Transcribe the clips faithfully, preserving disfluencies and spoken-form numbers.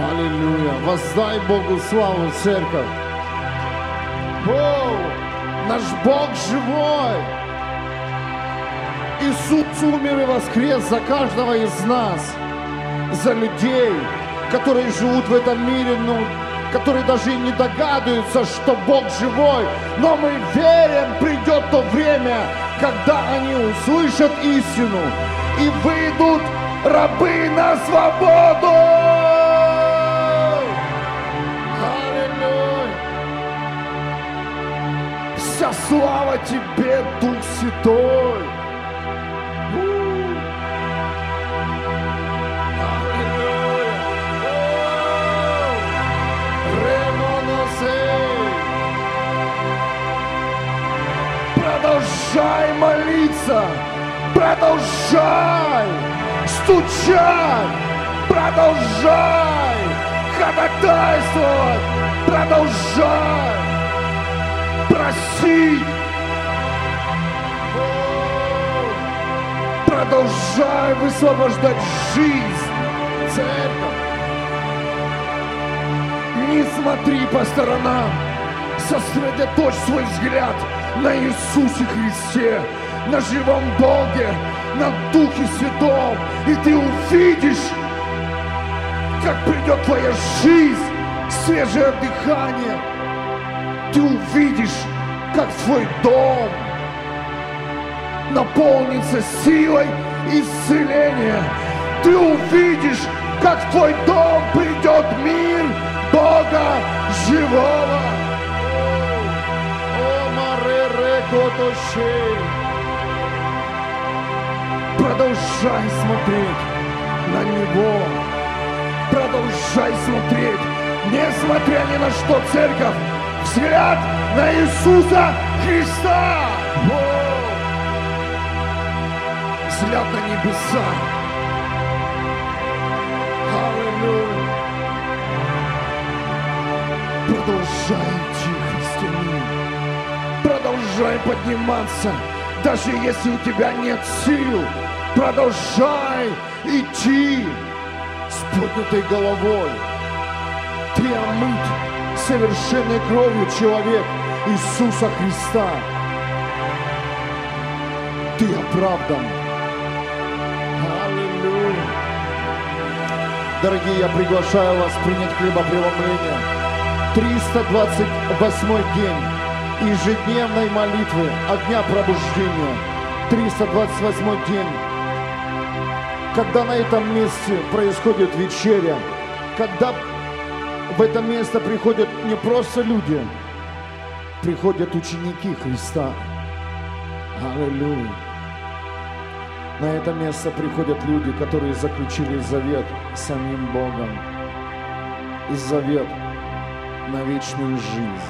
Аллилуйя. Воздай Богу славу, церковь. О, наш Бог живой. Иисус умер и воскрес за каждого из нас, за людей, которые живут в этом мире, ну, которые даже и не догадываются, что Бог живой. Но мы верим, придет то время, когда они услышат истину и выйдут рабы на свободу. Аллилуйя! Вся слава Тебе, Дух Святой! Продолжай молиться, продолжай стучать, продолжай ходатайствовать, продолжай просить, продолжай высвобождать жизнь, церковь. Не смотри по сторонам, сосредоточь свой взгляд на Иисусе Христе, на живом Боге, на Духе Святом, и ты увидишь, как придет твоя жизнь, свежее дыхание. Ты увидишь, как твой дом наполнится силой исцеления. Ты увидишь, как в твой дом придет мир Бога живого. Продолжай смотреть на Него. Продолжай смотреть, несмотря ни на что, церковь, взгляд на Иисуса Христа. О! Взгляд на небеса. Аллилуйя. Продолжай идти, христианин. Продолжай подниматься, даже если у тебя нет сил. Продолжай идти с поднятой головой. Ты омыт совершенной кровью человек Иисуса Христа. Ты оправдан. Аллилуйя. Дорогие, я приглашаю вас принять хлебопреломление. триста двадцать восьмой день ежедневной молитвы огня пробуждения. триста двадцать восьмой день, когда на этом месте происходит вечеря, когда в это место приходят не просто люди, приходят ученики Христа. Аллилуйя. На это место приходят люди, которые заключили завет с самим Богом. И завет на вечную жизнь.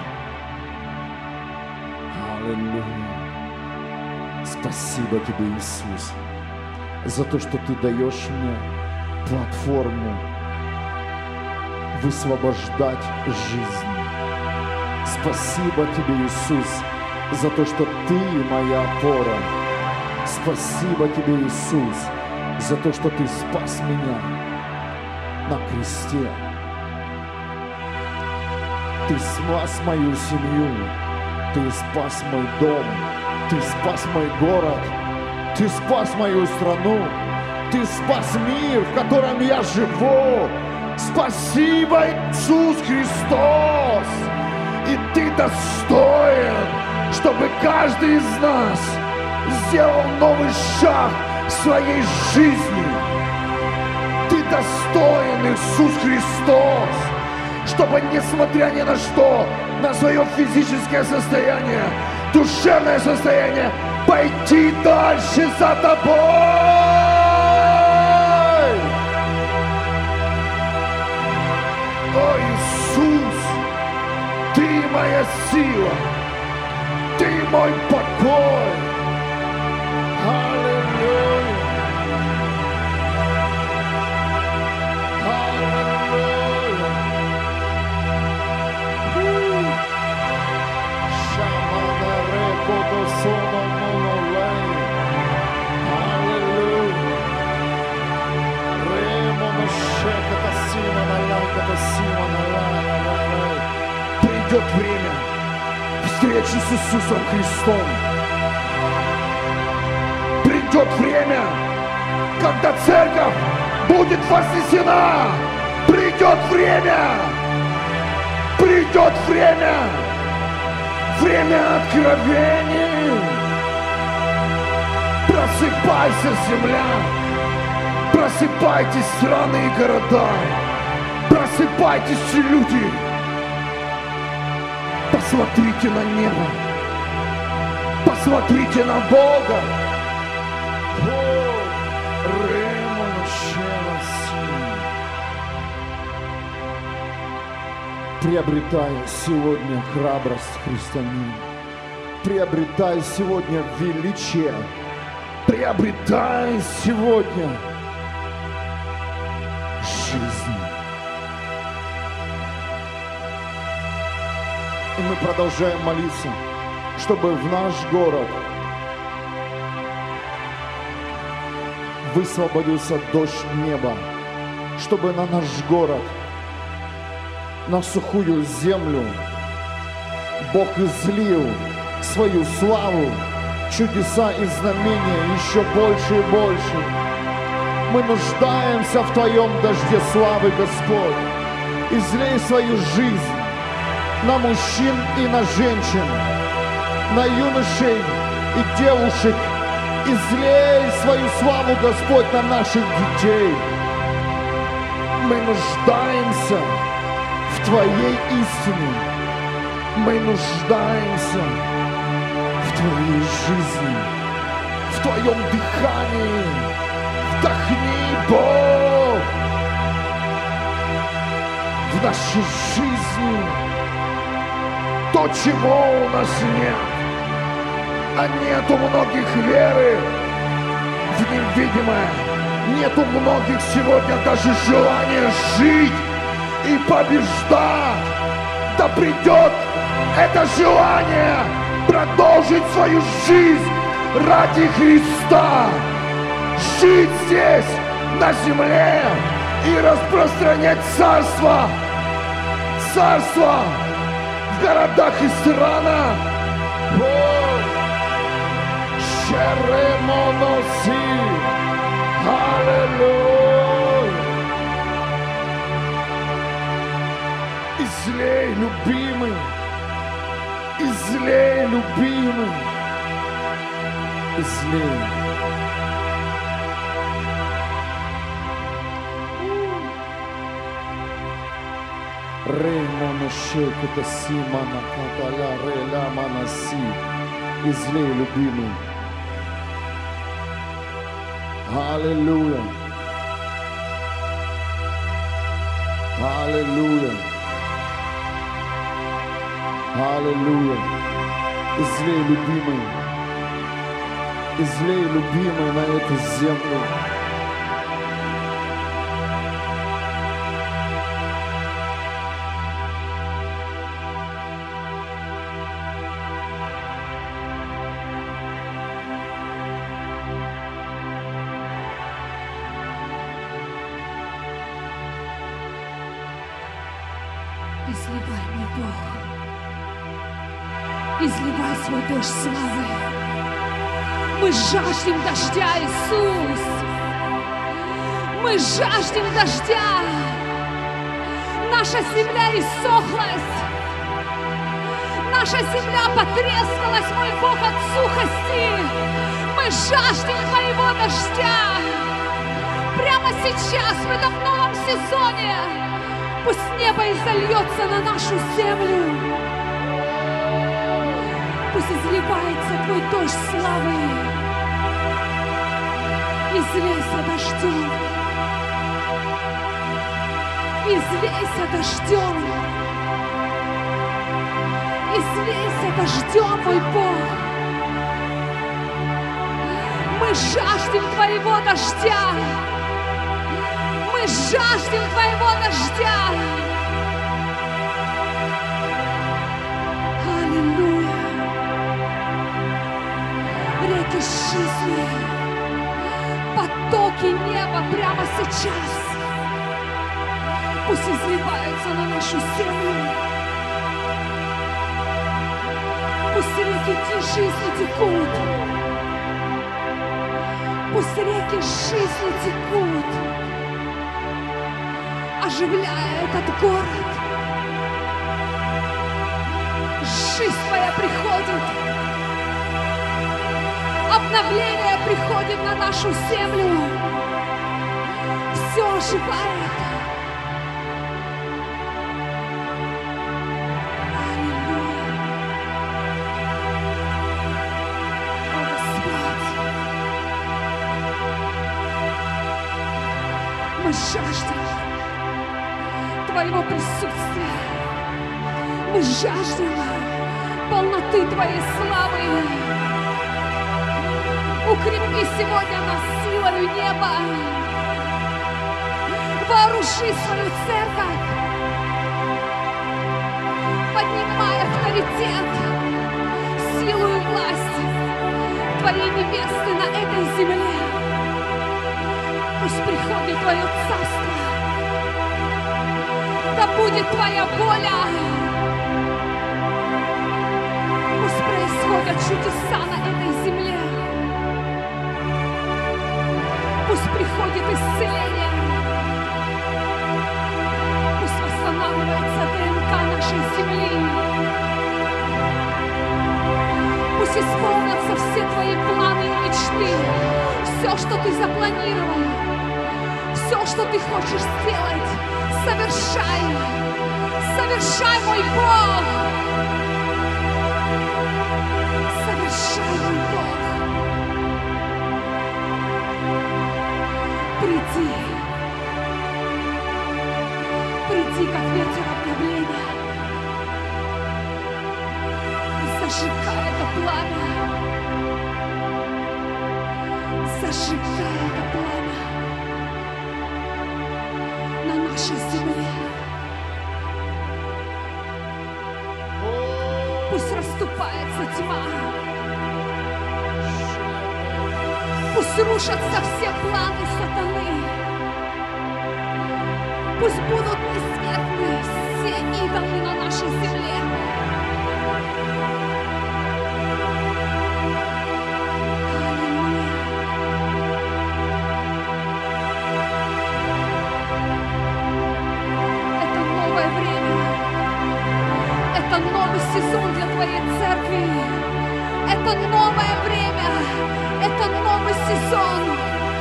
Аллилуйя. Спасибо Тебе, Иисус, за то, что Ты даешь мне платформу высвобождать жизнь. Спасибо Тебе, Иисус, за то, что Ты моя опора. Спасибо Тебе, Иисус, за то, что Ты спас меня на кресте. Ты спас мою семью, Ты спас мой дом, Ты спас мой город, Ты спас мою страну, Ты спас мир, в котором я живу. Спасибо, Иисус Христос! И Ты достоин, чтобы каждый из нас сделал новый шаг в своей жизни. Ты достоин, Иисус Христос, чтобы, несмотря ни на что, на свое физическое состояние, душевное состояние, пойти дальше за Тобой. О, Иисус, Ты моя сила, Ты мой покой. Аллилуйя. Аллилуйя. Шамана реко до соно монолей. Аллилуйя. Ремо мешека та сина на лайка то Придет время встречи с Иисусом Христом. Придет время, когда церковь будет вознесена. Придет время. Придет время. Время откровений. Просыпайся, земля. Просыпайтесь, страны и города. Просыпайтесь, люди. Посмотрите на небо. Посмотрите на Бога. Приобретай сегодня храбрость, христианин. Приобретай сегодня величие. Приобретай сегодня жизнь. И мы продолжаем молиться, чтобы в наш город высвободился дождь неба, чтобы на наш город, на сухую землю Бог излил свою славу, чудеса и знамения еще больше и больше. Мы нуждаемся в Твоем дожде славы, Господь. Излей свою жизнь на мужчин и на женщин, на юношей и девушек. Излей свою славу, Господь, на наших детей. Мы нуждаемся в Твоей истине. Мы нуждаемся в Твоей жизни, в Твоем дыхании. Вдохни, Бог, в нашей жизни то, чего у нас нет. А нет у многих веры в невидимое. Нет у многих сегодня даже желания жить и побеждать. Да придет это желание продолжить свою жизнь ради Христа. Жить здесь, на земле, и распространять царство. Царство в городах и странах. Шеремоноси. Аллилуйя. Излей, любимый. Излей, любимый. Излей. Реймоношекута симана каталя реля манаси. Излей, любимый. Аллилуйя. Аллилуйя. Аллилуйя. Излей, любимый. Излей, любимый, на эту землю. Изливай, мой Бог, изливай свой дождь славы. Мы жаждем дождя, Иисус. Мы жаждем дождя. Наша земля иссохлась. Наша земля потрескалась, мой Бог, от сухости. Мы жаждем Твоего дождя. Прямо сейчас, в этом новом сезоне, пусть небо изольется на нашу землю. Пусть изливается Твой дождь славы. Излейся дождем. Излейся дождем. Излейся дождем, мой Бог. Мы жаждем Твоего дождя. Мы жаждем Твоего дождя. Аллилуйя. Реки жизни, потоки неба прямо сейчас пусть изливаются на нашу землю. Пусть реки жизни текут. Пусть реки жизни текут, оживляя этот город. Жизнь Твоя приходит. Обновление приходит на нашу землю. Все оживает. Мы жаждем Твоего присутствия. Мы жаждем полноты Твоей славы. Укрепи сегодня нас силою неба. Вооружи свою церковь. Поднимай авторитет, силу и власть Твоей невесты на этой земле. Пусть приходит Твое царство. Да будет Твоя воля. Пусть происходят чудеса на этой земле. Пусть приходит исцеление. Пусть восстанавливается ДНК нашей земли. Пусть исполнятся все Твои планы и мечты. Все, что Ты запланировал. Все, что Ты хочешь сделать, совершай, совершай, мой Бог, совершай, мой Бог. Приди, приди, как ветер обновления, зажигай это пламя, зажигай это пламя на нашей земле. Пусть расступается тьма. Пусть рушатся все планы сатаны. Пусть будут низвергнуты все идолы на нашей земле. Это новый сезон для Твоей церкви. Это новое время. Это новый сезон,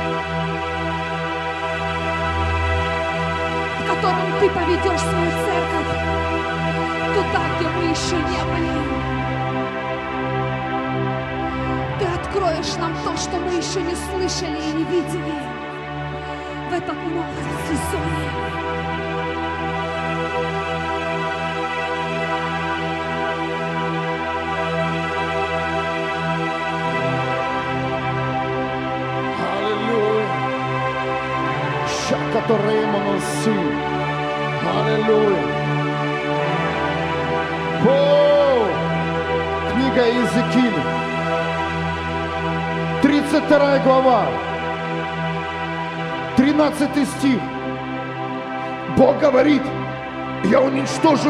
в котором Ты поведешь свою церковь туда, где мы еще не были. Ты откроешь нам то, что мы еще не слышали и не видели в этом новом сезоне. Который он сын. Аллилуйя. О, книга Иезекииля, тридцать вторая глава, тринадцатый стих. Бог говорит: я уничтожу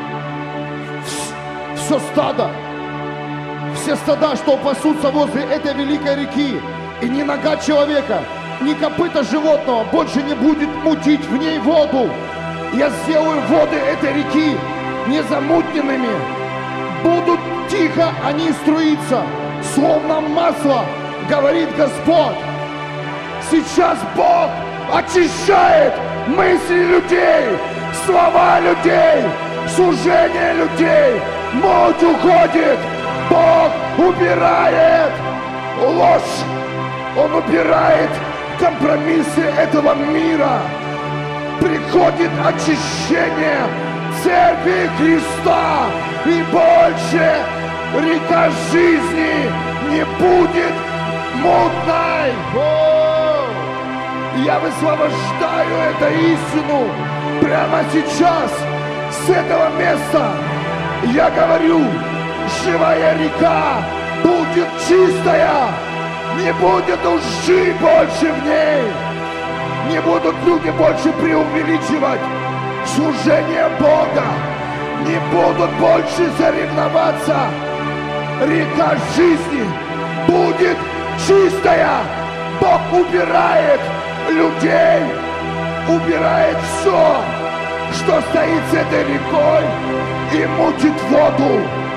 все стадо, все стада, что пасутся возле этой великой реки, и ни нога человека, ни копыта животного больше не будет мутить в ней воду. Я сделаю воды этой реки незамутненными. Будут тихо они струиться, словно масло, говорит Господь. Сейчас Бог очищает мысли людей, слова людей, служение людей. Муть уходит. Бог убирает ложь. Он убирает компромиссы этого мира. Приходит очищение Церкви Христа, и больше река жизни не будет мутной. О! Я высвобождаю эту истину прямо сейчас, с этого места. Я говорю, живая река будет чистая. Не будет лжи больше в ней. Не будут люди больше преувеличивать служение Бога. Не будут больше соревноваться. река жизни будет чистая. Бог убирает людей, убирает все, что стоит с этой рекой и мутит воду.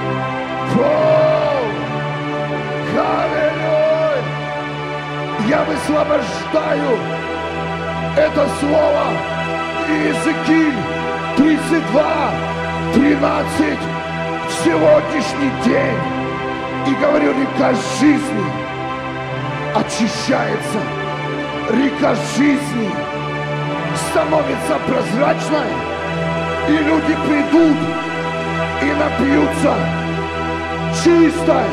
О, аллилуйя! Я высвобождаю это слово Иезекииль тридцать два, тринадцать в сегодняшний день. И говорю, река жизни очищается. Река жизни становится прозрачной. И люди придут и напьются чистой,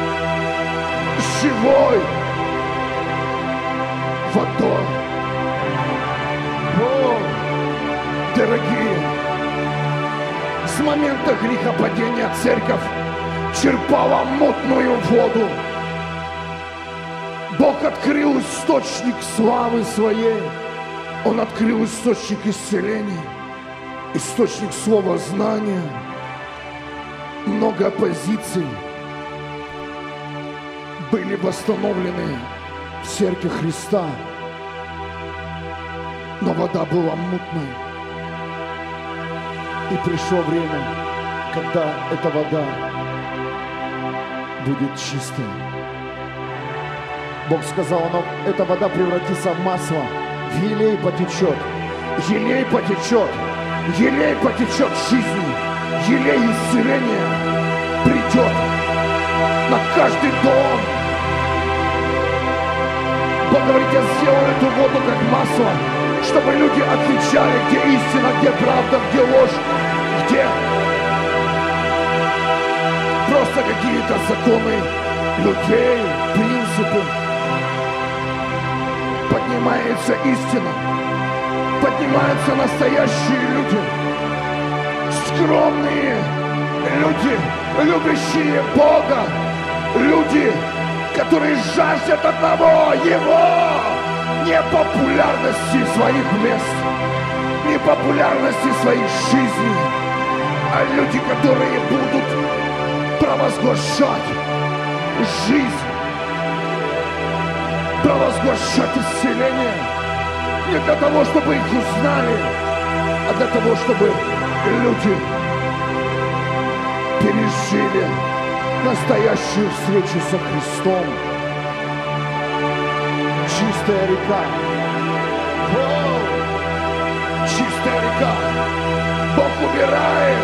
живой водой. О, дорогие, с момента грехопадения церковь черпала мутную воду. Бог открыл источник славы своей. Он открыл источник исцеления, источник слова знания. Много оппозиций были восстановлены в церкви Христа, но вода была мутной. И пришло время, когда эта вода будет чистой. Бог сказал, но эта вода превратится в масло, в елей потечет, елей потечет, елей потечет жизни, елей исцеления придет на каждый дом. Бог говорит, я сделаю эту воду как масло, чтобы люди отличали, где истина, где правда, где ложь, где просто какие-то законы людей, принципы. Поднимается истина, поднимаются настоящие люди, скромные люди, любящие Бога, люди, которые жаждут одного Его, непопулярности своих мест, непопулярности своих жизней, а люди, которые будут провозглашать жизнь, провозглашать исцеление не для того, чтобы их узнали, а для того, чтобы люди пережили настоящую встречу со Христом. Чистая река. О, чистая река. Бог убирает.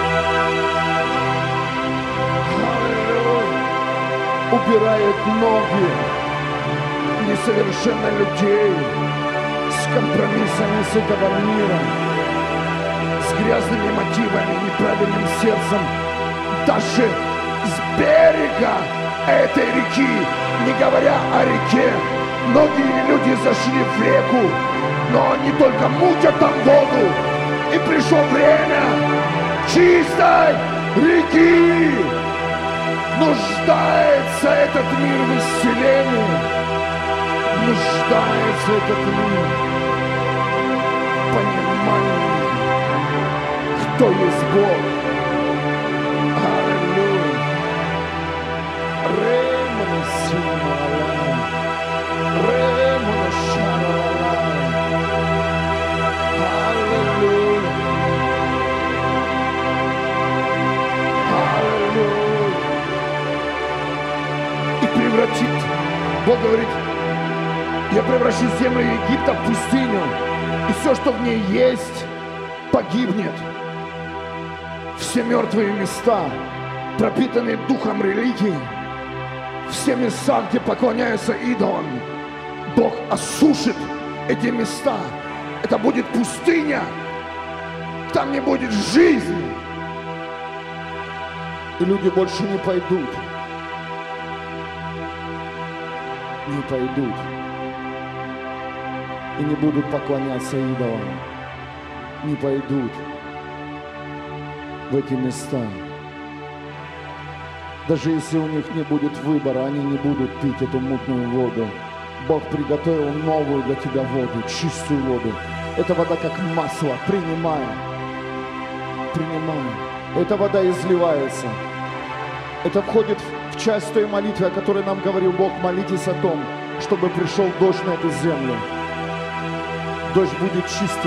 Аллилуйя. Убирает ноги несовершенно людей с компромиссами с этого мира, с грязными мотивами, неправильным сердцем, даже с берега этой реки, не говоря о реке. Многие люди зашли в реку, но они только мутят там воду. И пришло время чистой реки. Нуждается этот мир в исцелении. Нуждается этот мир в понимании, кто есть Бог. Аллилуйя. Ремона симала, ремона шарала. Аллилуйя. Аллилуйя. И превратит, Бог говорит, я превращу землю Египта в пустыню, и все, что в ней есть, погибнет. Все мертвые места, пропитанные духом религии, все места, где поклоняются идолам, Бог осушит эти места. Это будет пустыня, там не будет жизни. И люди больше не пойдут. Не пойдут. И не будут поклоняться идолам, не пойдут в эти места. Даже если у них не будет выбора, они не будут пить эту мутную воду. Бог приготовил новую для тебя воду, чистую воду. Эта вода как масло, принимай, принимай. Эта вода изливается, Это входит в часть той молитвы, о которой нам говорил Бог. Молитесь о том, чтобы пришел дождь на эту землю. Дождь будет чистым.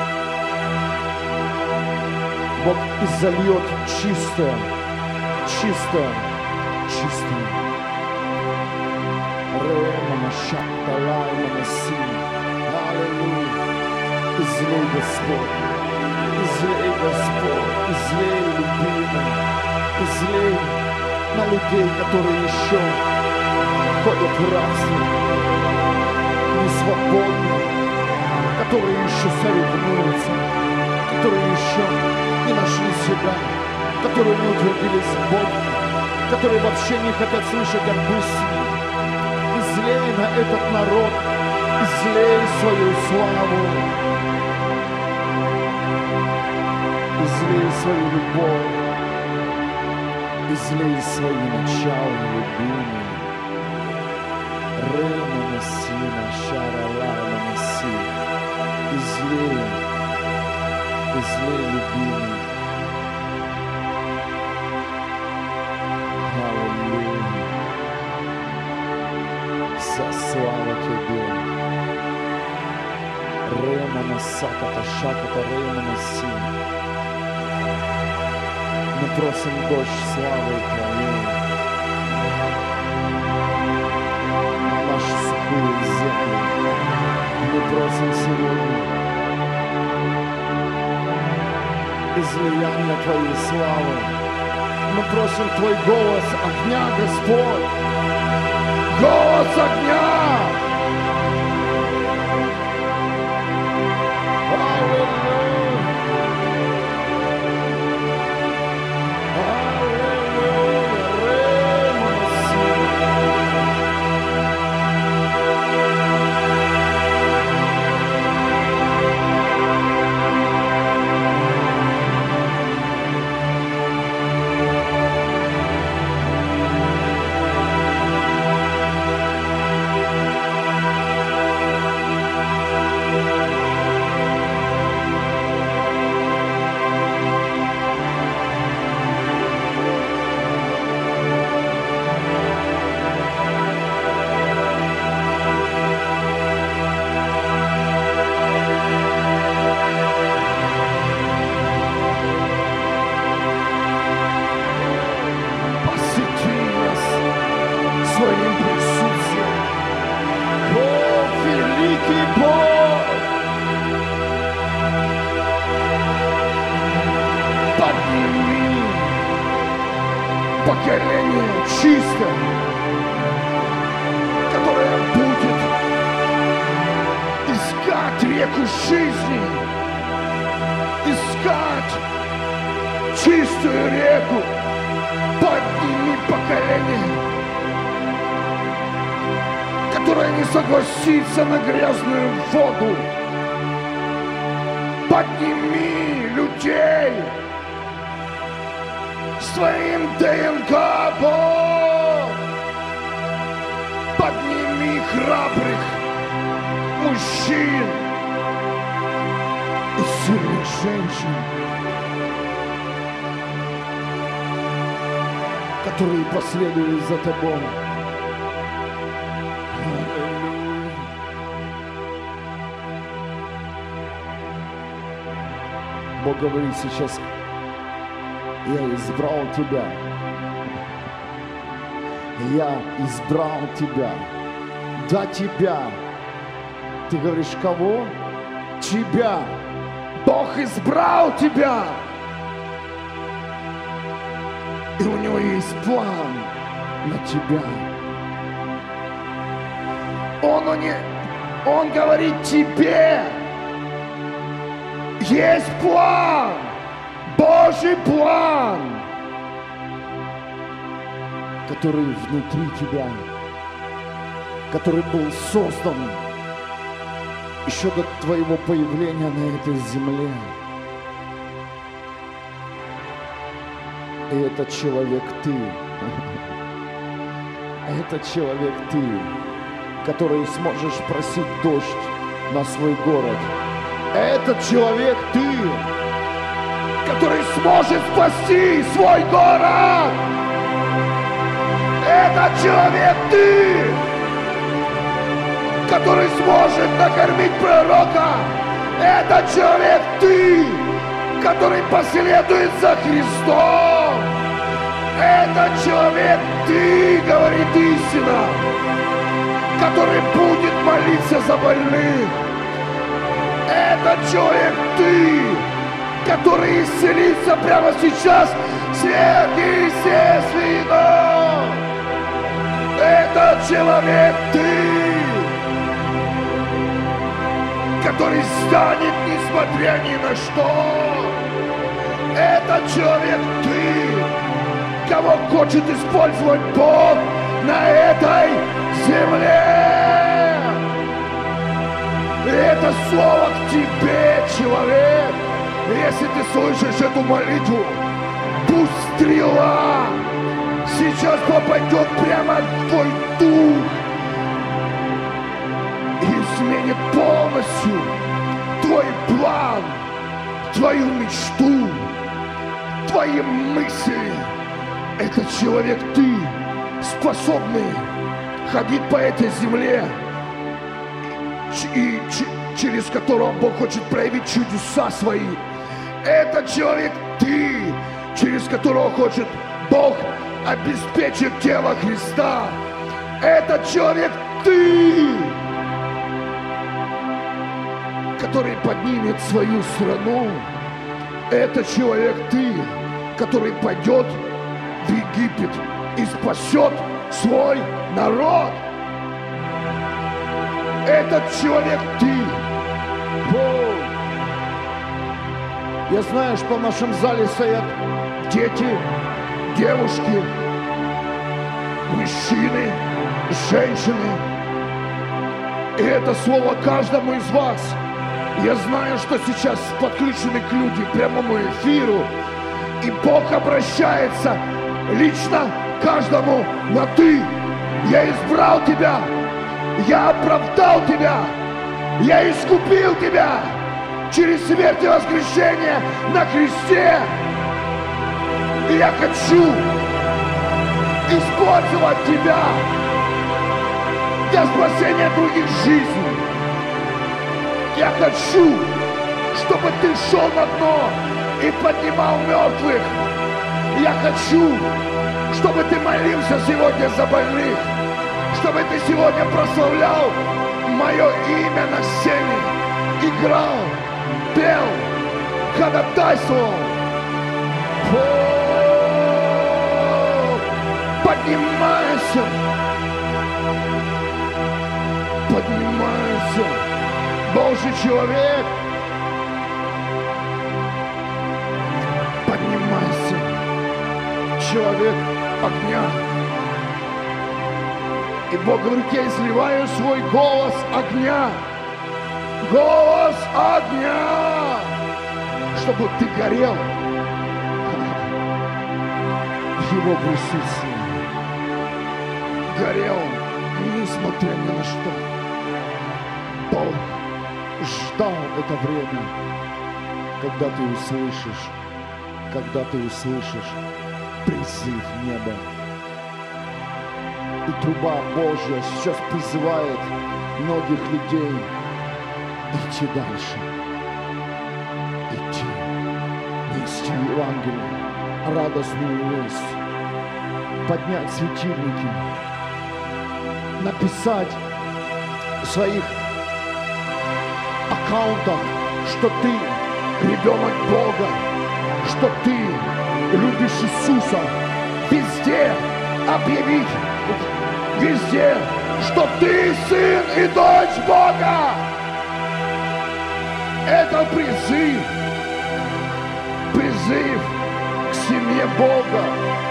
Бог изольет чистое, чистое, чистое. Аллилуйя. Излей, Господь, излей, Господь, излей, любимый, излей на людей, которые еще ходят в рабстве, не свободны, которые еще соревнуются, которые еще не нашли себя, которые не утвердились в Боге, которые вообще не хотят слышать об истине. Излей на этот народ, излей свою славу, излей свою любовь, излей свои начала, любимые. Рема Насина, Шара Лайма Наси, излей, излей, любимый. Аллилуйя. Вся слава Тебе. Рема Насаката, Шаката, Рема Наси. Мы просим дождь славы Твоей на нашу сухую землю. Мы просим сегодня излияния Твоей славы. Мы просим Твой голос огня, Господь. Голос огня! Поколение чистое, которое будет искать реку жизни, искать чистую реку. Подними поколение, которое не согласится на грязную воду. Подними людей своим ДНК, Бог. Подними храбрых мужчин и сильных женщин, которые последуют за Тобой. Аллилуйя. Бог говорит сейчас: я избрал тебя. Я избрал тебя. Да, тебя. Ты говоришь, кого? Тебя. Бог избрал тебя. И у него есть план на тебя. Он, не, он говорит тебе. Есть план. Божий план, который внутри тебя, который был создан еще до твоего появления на этой земле. И этот человек ты. Это человек ты, который сможешь просить дождь на свой город. Этот человек ты, который сможет спасти свой город. Этот человек ты, который сможет накормить пророка. Этот человек ты, который последует за Христом. Этот человек ты, говорит истина, который будет молиться за больных. Этот человек ты, который исцелится прямо сейчас сверхъестественно. Этот человек ты, который станет несмотря ни на что. Этот человек ты, кого хочет использовать Бог на этой земле. И это слово к тебе, человек. Если ты слышишь эту молитву, пусть стрела сейчас попадет прямо в твой дух и изменит полностью твой план, твою мечту, твои мысли. Этот человек ты, способный ходить по этой земле, и через которого Бог хочет проявить чудеса свои. Этот человек ты, через которого хочет Бог обеспечить тело Христа. Этот человек ты, который поднимет свою страну. Это человек ты, который пойдет в Египет и спасет свой народ. Этот человек ты. О! Я знаю, что в нашем зале стоят дети, девушки, мужчины, женщины. И это слово каждому из вас. Я знаю, что сейчас подключены к люди к прямому эфиру. И Бог обращается лично каждому на «ты». Я избрал тебя. Я оправдал тебя. Я искупил тебя через смерть и воскресение на кресте. И я хочу использовать тебя для спасения других жизней. Я хочу, чтобы ты шел на дно и поднимал мертвых. Я хочу, чтобы ты молился сегодня за больных, чтобы ты сегодня прославлял мое имя на сцене, играл, пел, ходатайствовал. Поднимайся, поднимайся, Божий человек, поднимайся, человек огня. И Бог говорит, я изливаю свой голос огня, голос огня, чтобы ты горел в Его присутствии. Горел, несмотря ни на что. Бог ждал это время, когда ты услышишь, когда ты услышишь призыв неба. И труба Божья сейчас призывает многих людей идти дальше. Идти, нести Евангелие, радостную весть, поднять светильники, написать в своих аккаунтах, что ты ребенок Бога, что ты любишь Иисуса. Везде объявить, везде, что ты сын и дочь Бога. Это призыв, призыв к семье Бога.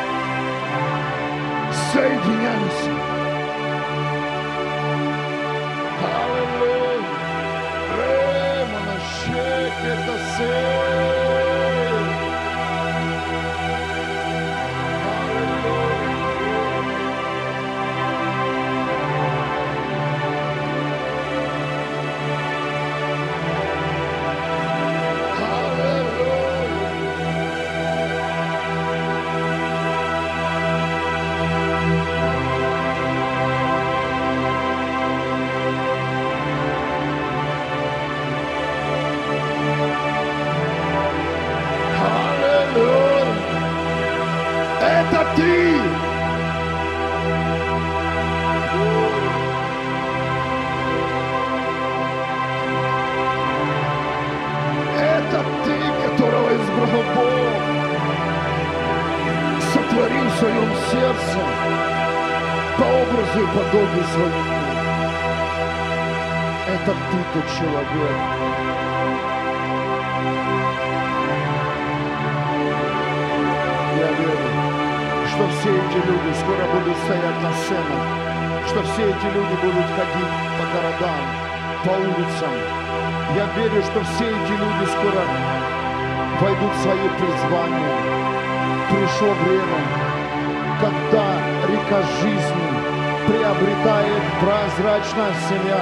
Соединяйся. Аллилуйя. Ремонощек это сын. Аллилуйя. в своем сердце по образу и подобию своему. Это ты тот человек. Я верю, что все эти люди скоро будут стоять на сценах, что все эти люди будут ходить по городам, по улицам. Я верю, что все эти люди скоро войдут в свои призвания. Пришло время, когда река жизни приобретает прозрачная семья.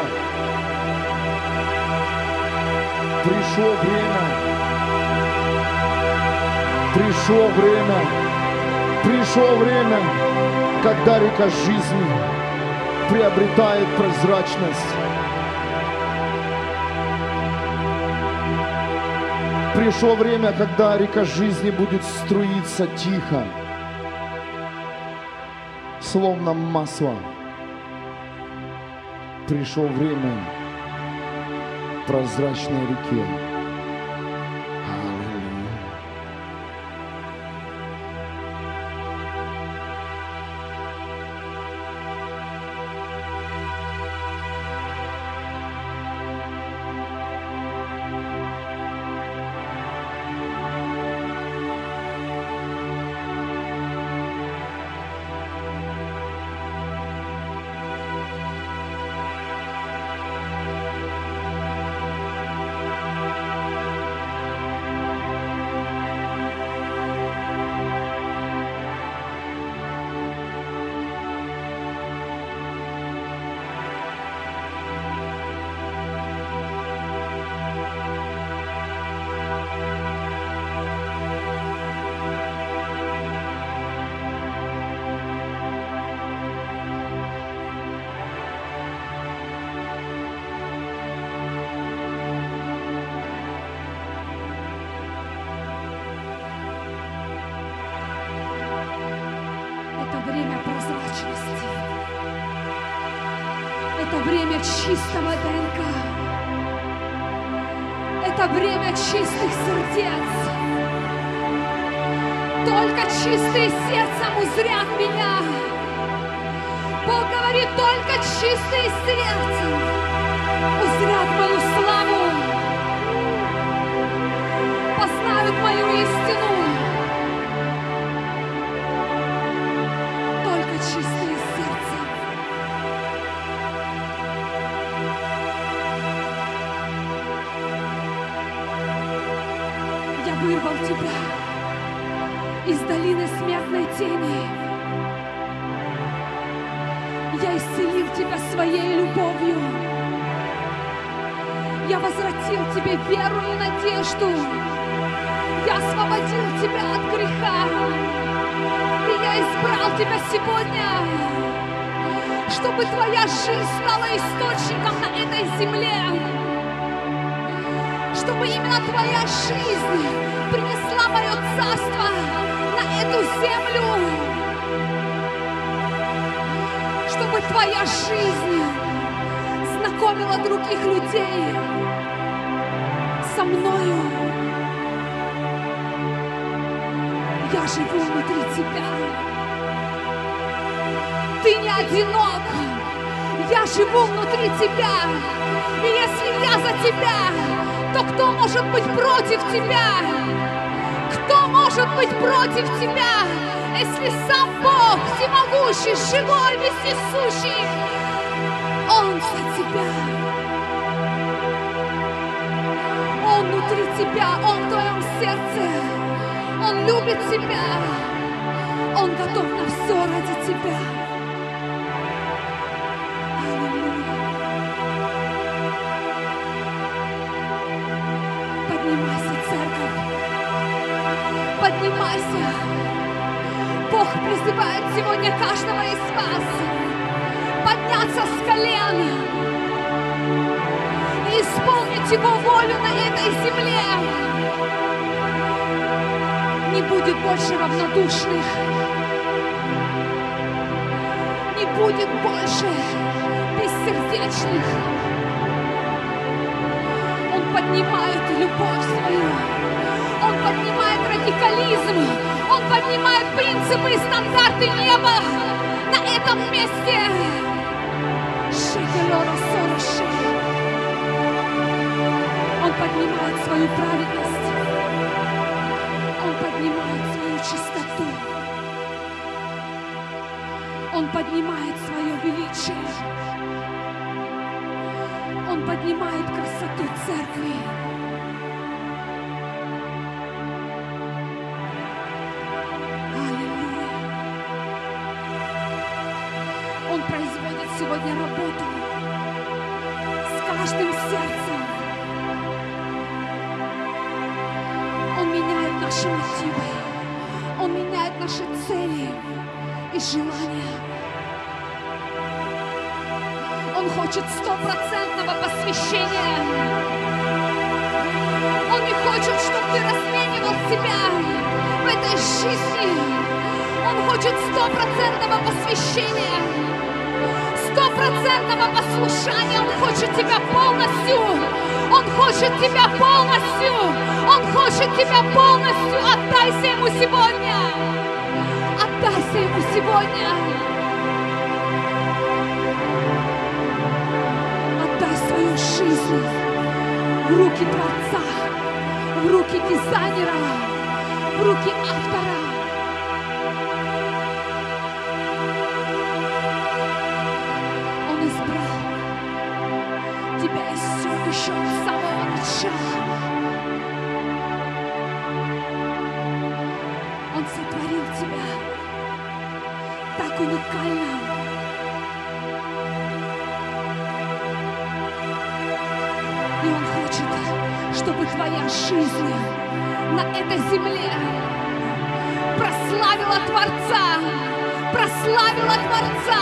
Пришло время, пришло время, пришло время, когда река жизни приобретает прозрачность. Пришло время, когда река жизни будет струиться тихо, словно масло. Пришло время прозрачной реки. Аллилуйя. Время прозрачности. Это время чистого ДНК. Это время чистых сердец. Только чистые сердцем узрят меня. Бог говорит, только чистые сердцем узрят мою славу, познают мою истину. Чистые сердцем. Я вырвал тебя из долины смертной тени. Я исцелил тебя своей любовью. Я возвратил тебе веру и надежду. Я освободил тебя от греха. И я избрал тебя сегодня, чтобы твоя жизнь стала источником на этой земле. Чтобы именно твоя жизнь принесла мое царство на эту землю. Чтобы твоя жизнь знакомила других людей со мною. Я живу внутри тебя. Ты не одинок. Я живу внутри тебя. И если я за тебя, то кто может быть против тебя? Кто может быть против тебя, если сам Бог, всемогущий, живой, вездесущий, Он за тебя. Он внутри тебя, Он в твоем сердце. Он любит тебя. Он готов на все ради тебя. Аллилуйя. Поднимайся, церковь. Поднимайся. Бог призывает сегодня каждого из вас подняться с колен и исполнить Его волю на этой земле. Не будет больше равнодушных. Не будет больше бессердечных. Он поднимает любовь свою. Он поднимает радикализм. Он поднимает принципы и стандарты неба на этом месте. Шекелора сораши. Он поднимает свою праведность. Он поднимает свою чистоту. Он поднимает свое величие. Он поднимает красоту церкви. Аллилуйя. Он производит сегодня работу с каждым сердцем. Он меняет наши мотивы. Он меняет наши цели и желания. Он хочет стопроцентного посвящения. Он не хочет, чтобы ты разменивал себя в этой жизни. Он хочет стопроцентного посвящения, стопроцентного послушания. Он хочет тебя полностью. Он хочет тебя полностью. Он хочет тебя полностью. Отдайся Ему сегодня. Отдайся Ему сегодня. Свою жизнь в руки Творца, в руки дизайнера, в руки автора. Он избрал тебя из всего еще с самого начала. Он сотворил тебя так уникально. И Он хочет, чтобы твоя жизнь на этой земле прославила Творца, прославила Творца.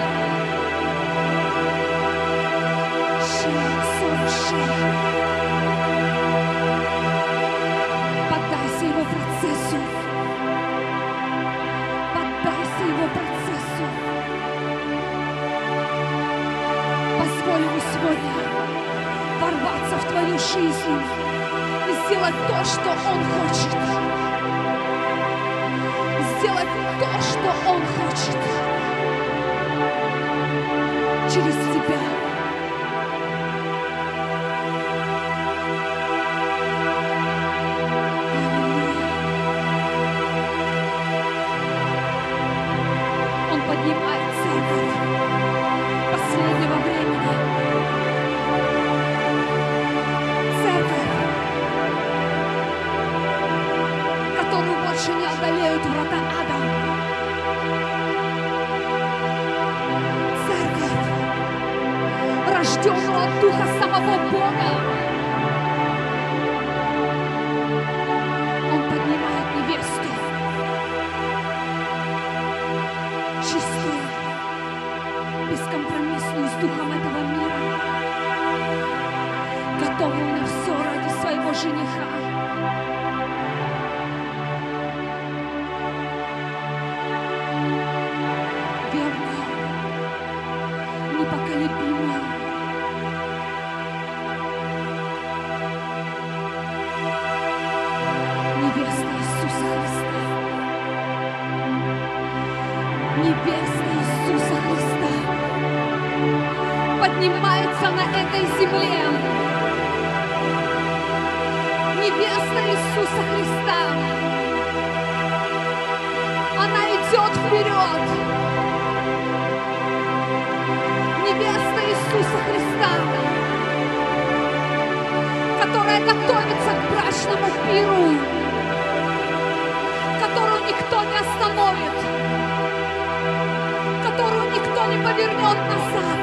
Поддайся Его процессу. Поддайся Его процессу. Позволь Ему сегодня ворваться в твою жизнь и сделать то, что Он хочет. Сделать то, что Он хочет. Через тебя. Аллилуйя. Он поднимает церковь последнего времени. Больше не одолеют врата ада. Церковь, рожденную от Духа самого Бога. Он поднимает невесту, чистую, бескомпромиссную с духом этого мира, готовую на все ради своего жениха. Непоколебимую. Невеста Иисуса Христа. Невеста Иисуса Христа поднимается на этой земле. Невеста Иисуса Христа. Она идет вперед. Невеста Иисуса Христа, которая готовится к брачному пиру, которую никто не остановит, которую никто не повернет назад.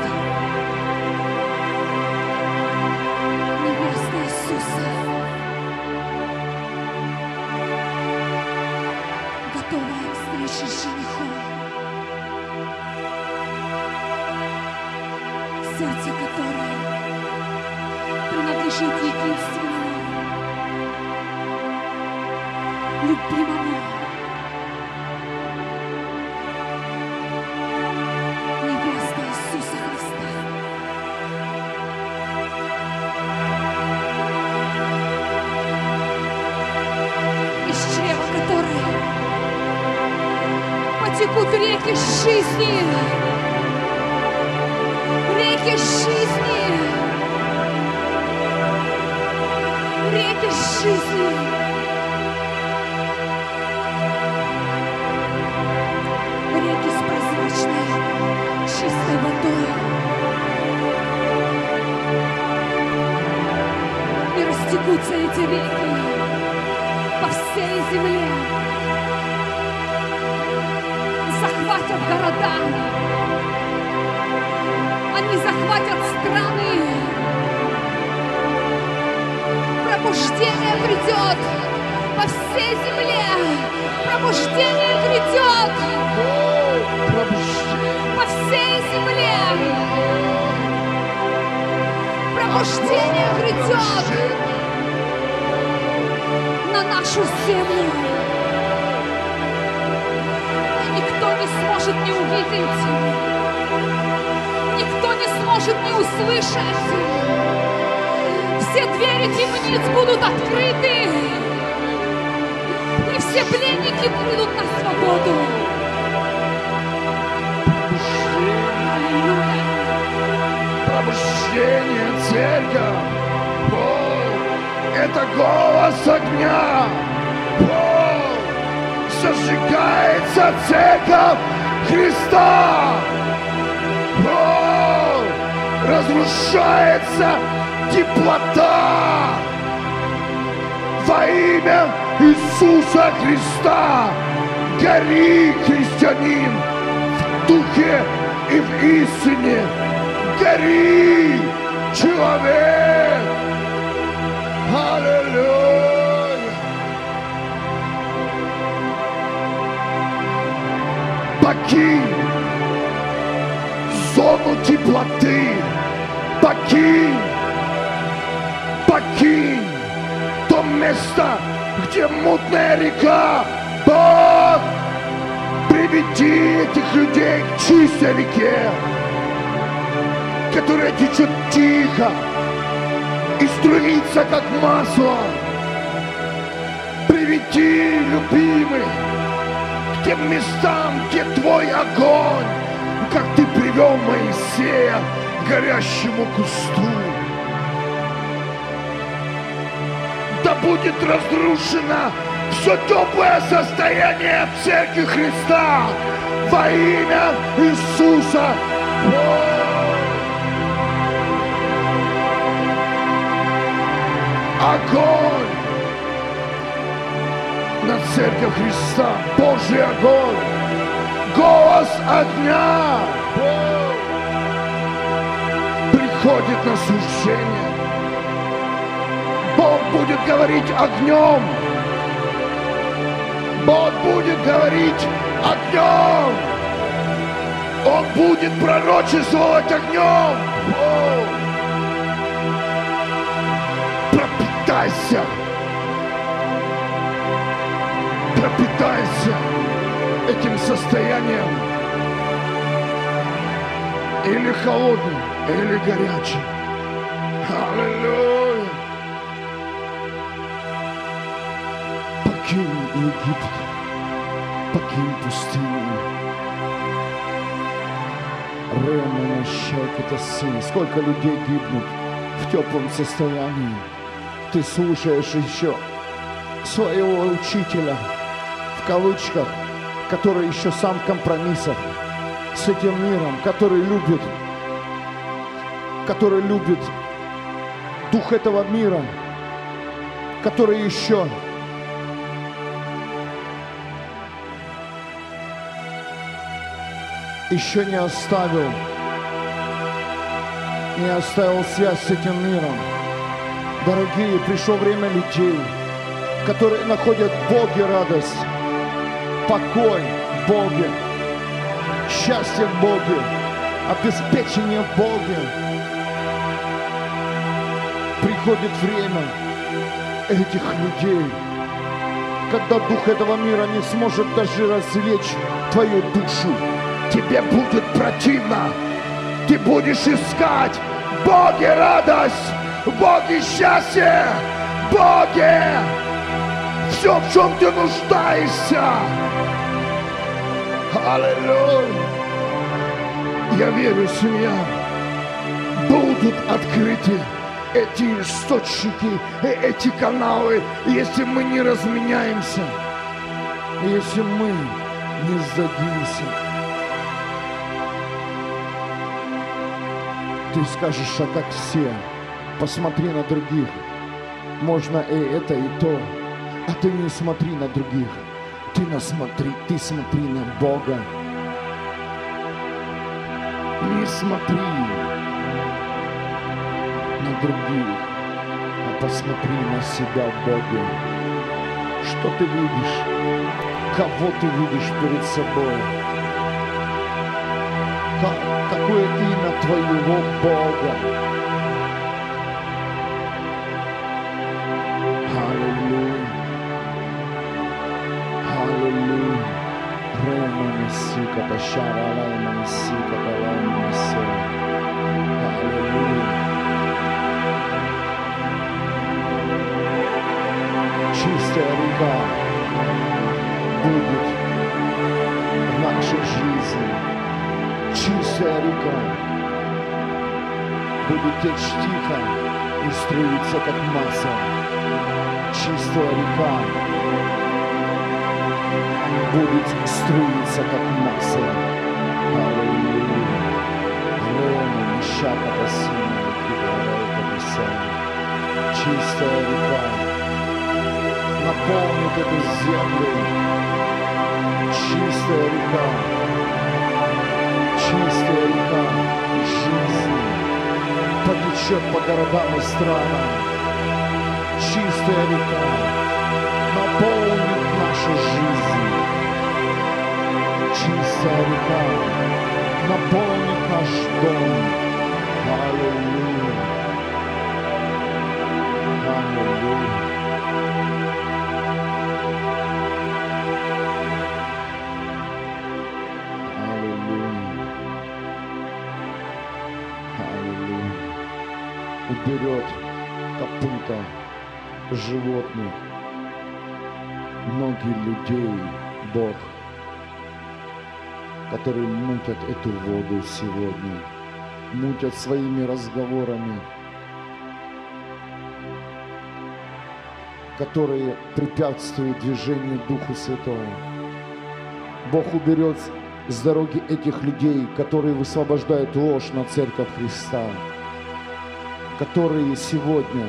Невеста Иисуса, готовая к встрече с женихом. Сердце которое принадлежит единственному, любимому, невеста Иисуса Христа. Из чрева которой текут реки жизни. Реки жизни. Реки жизни. Реки с прозрачной, чистой водой. И растекутся эти реки по всей земле. Захватят города. Они захватят страны. Пробуждение грядет по всей земле. Пробуждение грядет по всей земле. Пробуждение грядет на нашу землю. И никто не сможет не увидеть. Никто не сможет не услышать. Все двери темниц будут открыты. И все пленники выйдут на свободу. Аллилуйя. Пробуждение, церковь. О, это голос огня. О, зажигается церковь Христа. О, разрушается теплота во имя Иисуса Христа. Гори, христианин, в духе и в истине. Гори, человек. Аллилуйя. Покинь зону теплоты. Покинь. Покинь то место, где мутная река. Бог, приведи этих людей к чистой реке, которая течет тихо и струится, как масло. Приведи, любимый, к тем местам, где твой огонь, как ты привел Моисея к горящему кусту. Да будет разрушено все теплое состояние Церкви Христа во имя Иисуса. Огонь на Церковь Христа, Божий огонь, голос огня приходит на служение. Бог будет говорить огнем. Бог будет говорить огнем. Он будет пророчествовать огнем. О! Пропитайся. Пропитайся этим состоянием. Или холодным, или горячим. Аллилуйя. Покинь Египет, покинь пустыню. Ремона щекота сын. Сколько людей гибнут в теплом состоянии. Ты слушаешь еще своего учителя, в кавычках, который еще сам в компромиссах с этим миром, который любит, который любит дух этого мира, который еще еще не оставил, не оставил связь с этим миром. Дорогие, пришло время людей, которые находят в Боге радость, покой в Боге, счастье в Боге, обеспечение в Боге. Приходит время этих людей, когда дух этого мира не сможет даже развлечь твою душу. Тебе будет противно. Ты будешь искать в Боге радость, в Боге счастье, в Боге все, в чем ты нуждаешься. Аллилуйя! Я верю, семья, будут открыты эти источники, эти каналы, если мы не разменяемся, если мы не сдадимся. Ты скажешь, а как все? Посмотри на других. Можно и это, и то. А ты не смотри на других. Ты насмотри, ты смотри на Бога. Не смотри на других, а посмотри на себя в Боге. Что ты видишь? Кого ты видишь перед собой? Как, какое имя твоего Бога? Аллилуйя! Аллилуйя! Ремона сика ташара лаймана сика талаймана се. Аллилуйя! Чистая река будет в нашей жизни. Чистая река будет течь тихо и струиться, как масло. Чистая река будет струиться, как масло. Аллилуйя. Рема, шака, тасина, чистая река наполнит эту землю. Чистая река, чистая река жизни потечет по городам и странам. Чистая река наполнит нашу жизнь. Чистая река наполнит наш дом. Аллилуйя. Аллилуйя. Уберет копыта животных, ноги людей, Бог, которые мутят эту воду сегодня, мутят своими разговорами, которые препятствуют движению Духу Святого. Бог уберет с дороги этих людей, которые высвобождают ложь на Церковь Христа, которые сегодня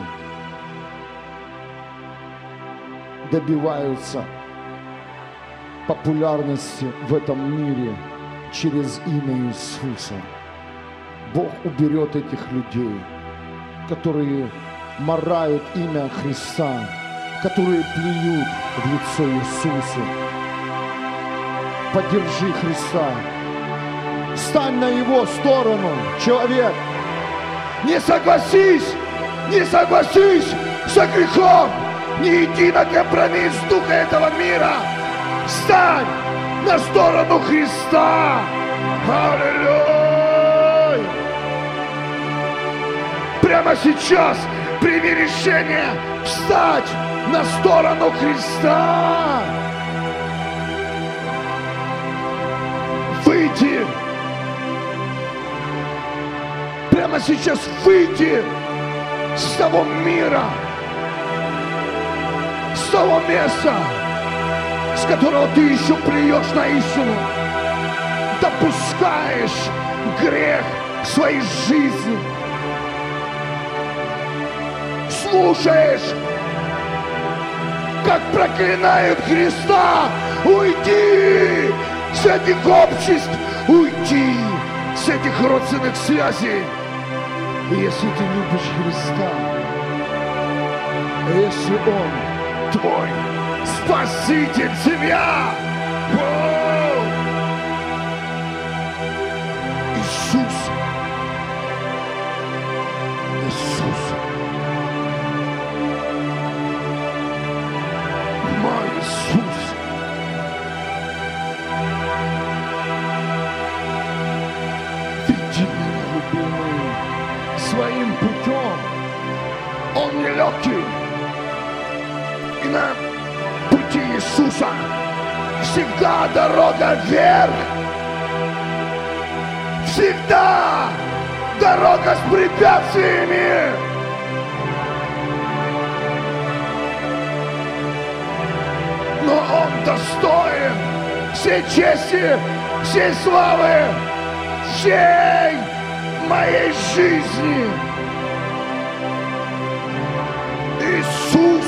добиваются популярности в этом мире через имя Иисуса. Бог уберет этих людей, которые марают имя Христа, которые плюют в лицо Иисусу. Поддержи Христа. Стань на Его сторону, человек. Не согласись, не согласись со грехом, не иди на компромисс духа этого мира. Стань на сторону Христа. Аллилуйя! Прямо сейчас прими решение встать на сторону Христа. Выйти. Прямо сейчас выйти с того мира, с того места, с которого ты еще плюешь на истину, допускаешь грех в своей жизни, слушаешь, как проклинают Христа. Уйди с этих обществ, уйди с этих родственных связей. Если ты любишь Христа, если Он твой Спаситель, семья, Воу! Иисус, Иисус, мой Иисус, веди меня, любимый, своим путем. Он нелегкий. И на пути Иисуса всегда дорога вверх. Всегда дорога с препятствиями. Но Он достоин всей чести, всей славы, всей моей жизни. Иисус,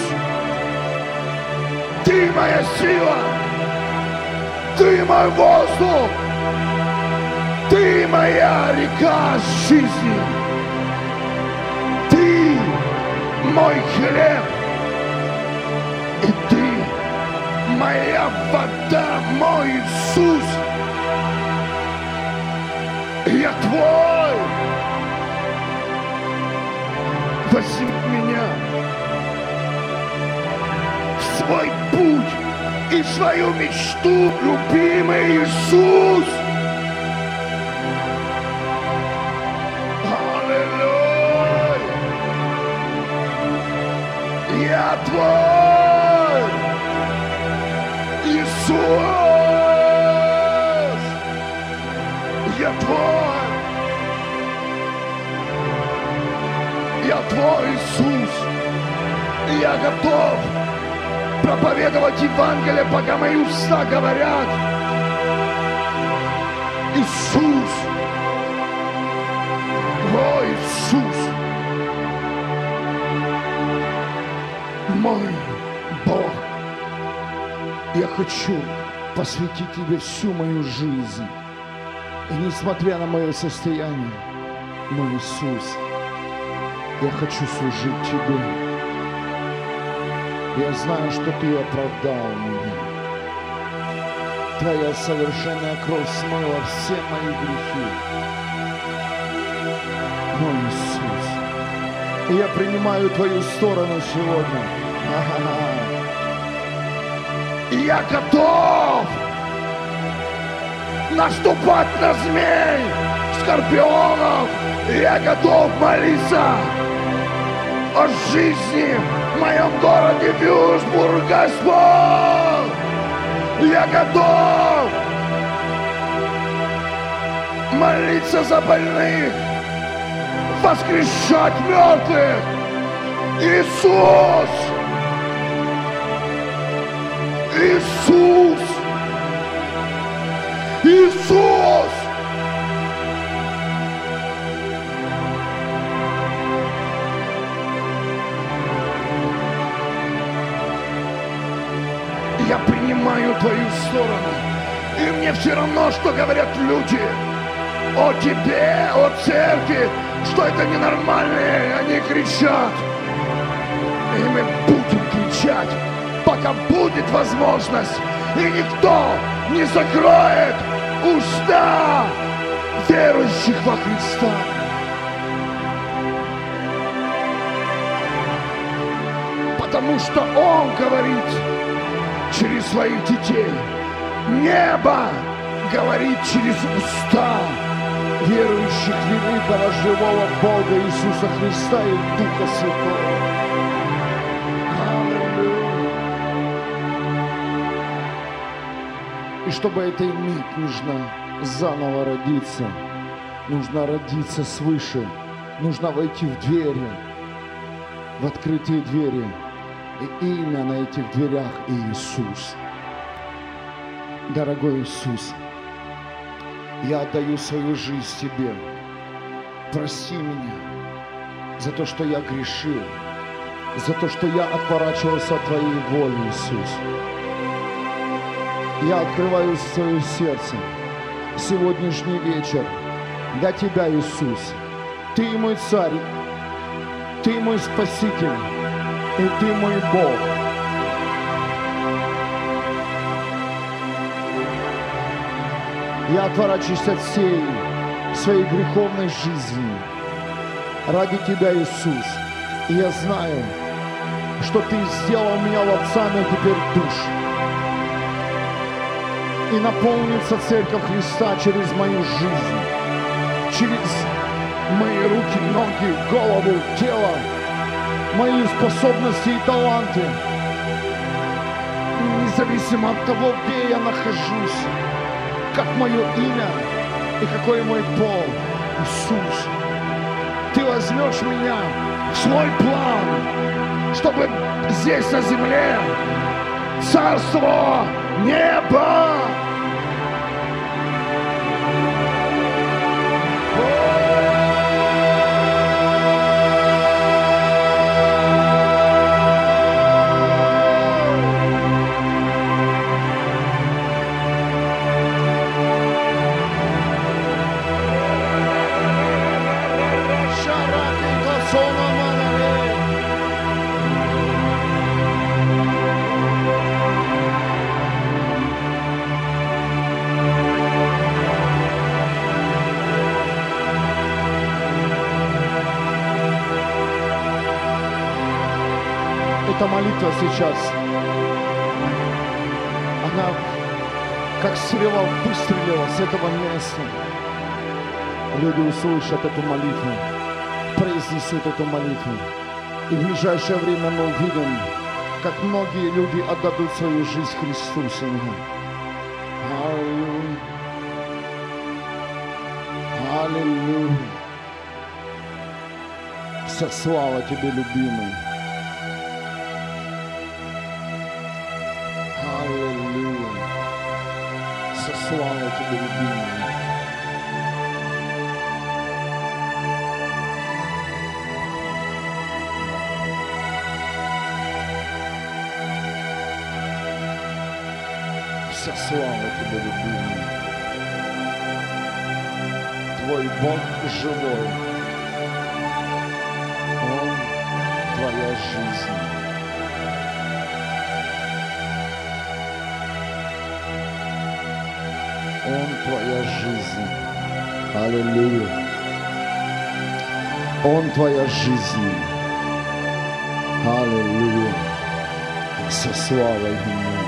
Ты моя сила, Ты мой воздух, Ты моя река жизни, Ты мой хлеб, и Ты моя вода, мой Иисус. Я Твой. Возьми меня в свой путь и свою мечту, любимый Иисус. Аллилуйя! Я Твой, Иисус! Я Твой! Я Твой, Иисус! И я готов проповедовать Евангелие, пока мои уста говорят: Иисус! О, Иисус! Мой Бог! Я хочу посвятить Тебе всю мою жизнь. И несмотря на мое состояние, мой Иисус, я хочу служить Тебе. Я знаю, что Ты оправдал меня. Твоя совершенная кровь смыла все мои грехи. Мой Иисус, и я принимаю Твою сторону сегодня. Ага. И я готов наступать на змей, скорпионов. И я готов молиться о жизни в моем городе Вюрцбург, Господь. Я готов молиться за больных, воскрешать мертвых. Иисус! Иисус! Иисус! Я принимаю Твою сторону, и мне все равно, что говорят люди о Тебе, о церкви, что это ненормальные, они кричат. И мы будем кричать, пока будет возможность, и никто не закроет уста верующих во Христа. Потому что Он говорит через своих детей. Небо говорит через уста верующих великого живого Бога Иисуса Христа и Духа Святого. Аллилуйя. И чтобы это иметь, нужно заново родиться. Нужно родиться свыше. Нужно войти в двери, в открытые двери. И имя на этих дверях Иисус. Дорогой Иисус, я отдаю свою жизнь Тебе. Прости меня за то, что я грешил, за то, что я отворачивался от Твоей воли, Иисус. Я открываю свое сердце сегодняшний вечер для Тебя, Иисус. Ты мой Царь, Ты мой Спаситель, и Ты мой Бог. Я отворачиваюсь от всей своей греховной жизни ради Тебя, Иисус. И я знаю, что Ты сделал меня ловцами теперь душ. И наполнится Церковь Христа через мою жизнь, через мои руки, ноги, голову, тело, мои способности и таланты. Не независимо от того, где я нахожусь, как мое имя и какой мой пол. Иисус, Ты возьмешь меня в свой план, чтобы здесь на земле царство неба. Эта молитва сейчас, она как стрела выстрелила с этого места. Люди услышат эту молитву, произнесут эту молитву. И в ближайшее время мы увидим, как многие люди отдадут свою жизнь Христу Сыну. Аллилуйя. Аллилуйя. Вся слава Тебе, любимый. Аллилуйя. Вся слава Тебе, любимый. Вся слава Тебе, любимый. Твой Бог живой. Он Твоя жизнь. Он Твоя жизнь. Аллилуйя. Он Твоя жизнь. Аллилуйя. Вся слава Ему.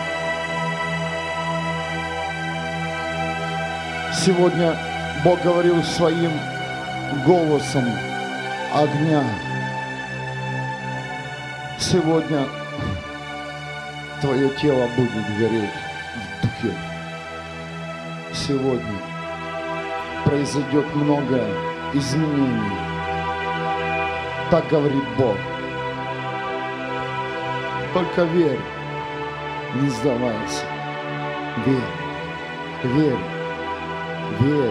Сегодня Бог говорил своим голосом огня. Сегодня твое тело будет гореть в духе. Сегодня произойдет много изменений. Так говорит Бог. Только верь, не сдавайся. Верь, верь. Верь,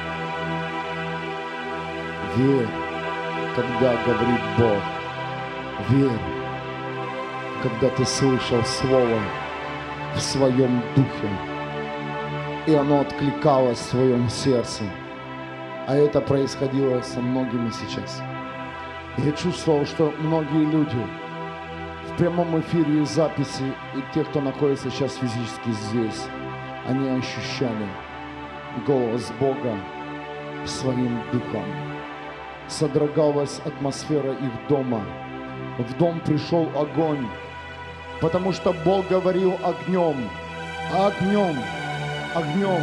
верь, когда говорит Бог. Верь, когда ты слышал Слово в своем духе, и оно откликалось в своем сердце. А это происходило со многими сейчас. Я чувствовал, что многие люди в прямом эфире и записи, и те, кто находится сейчас физически здесь, они ощущали голос Бога своим духом. Содрогалась атмосфера их дома. В дом пришел огонь, потому что Бог говорил огнем, огнем, огнем.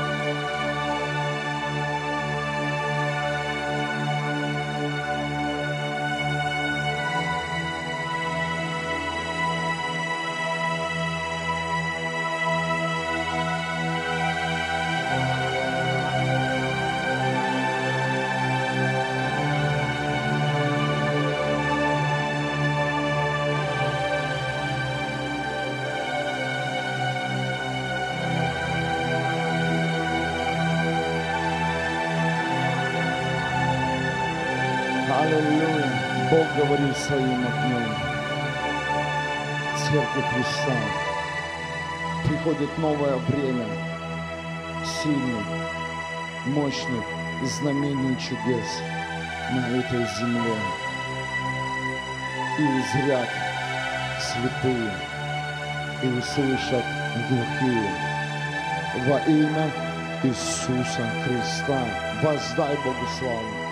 Аллилуйя. Бог говорит своим огнем. Церковь Христа. Приходит новое время сильных, мощных знамений и чудес на этой земле. И узрят слепые, и услышат глухие. Во имя Иисуса Христа воздай Богу славу.